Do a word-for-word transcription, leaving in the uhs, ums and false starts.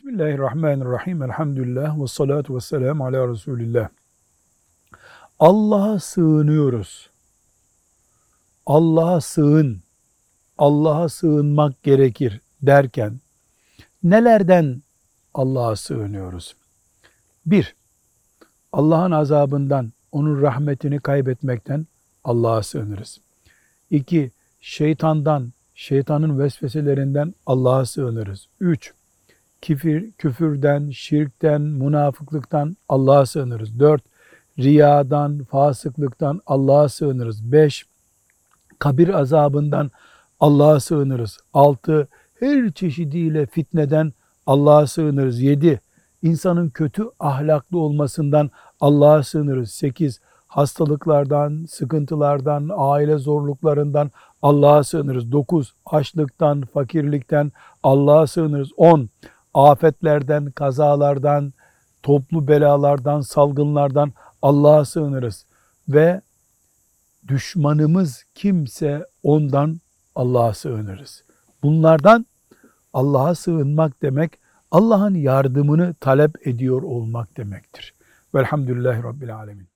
Bismillahirrahmanirrahim. Elhamdülillah ve salatu ve selamu ala Resulillah. Allah'a sığınıyoruz. Allah'a sığın, Allah'a sığınmak gerekir derken nelerden Allah'a sığınıyoruz? Bir, Allah'ın azabından, onun rahmetini kaybetmekten Allah'a sığınırız. İki, şeytandan, şeytanın vesveselerinden Allah'a sığınırız. Üç, Kifir, küfürden, şirkten, münafıklıktan Allah'a sığınırız. Dört, riyadan, fasıklıktan Allah'a sığınırız. Beş, kabir azabından Allah'a sığınırız. Altı, her çeşidiyle fitneden Allah'a sığınırız. Yedi, insanın kötü ahlaklı olmasından Allah'a sığınırız. Sekiz, hastalıklardan, sıkıntılardan, aile zorluklarından Allah'a sığınırız. Dokuz, açlıktan, fakirlikten Allah'a sığınırız. On, afetlerden, kazalardan, toplu belalardan, salgınlardan Allah'a sığınırız. Ve düşmanımız kimse ondan Allah'a sığınırız. Bunlardan Allah'a sığınmak demek, Allah'ın yardımını talep ediyor olmak demektir. Velhamdülillahi Rabbil Alemin.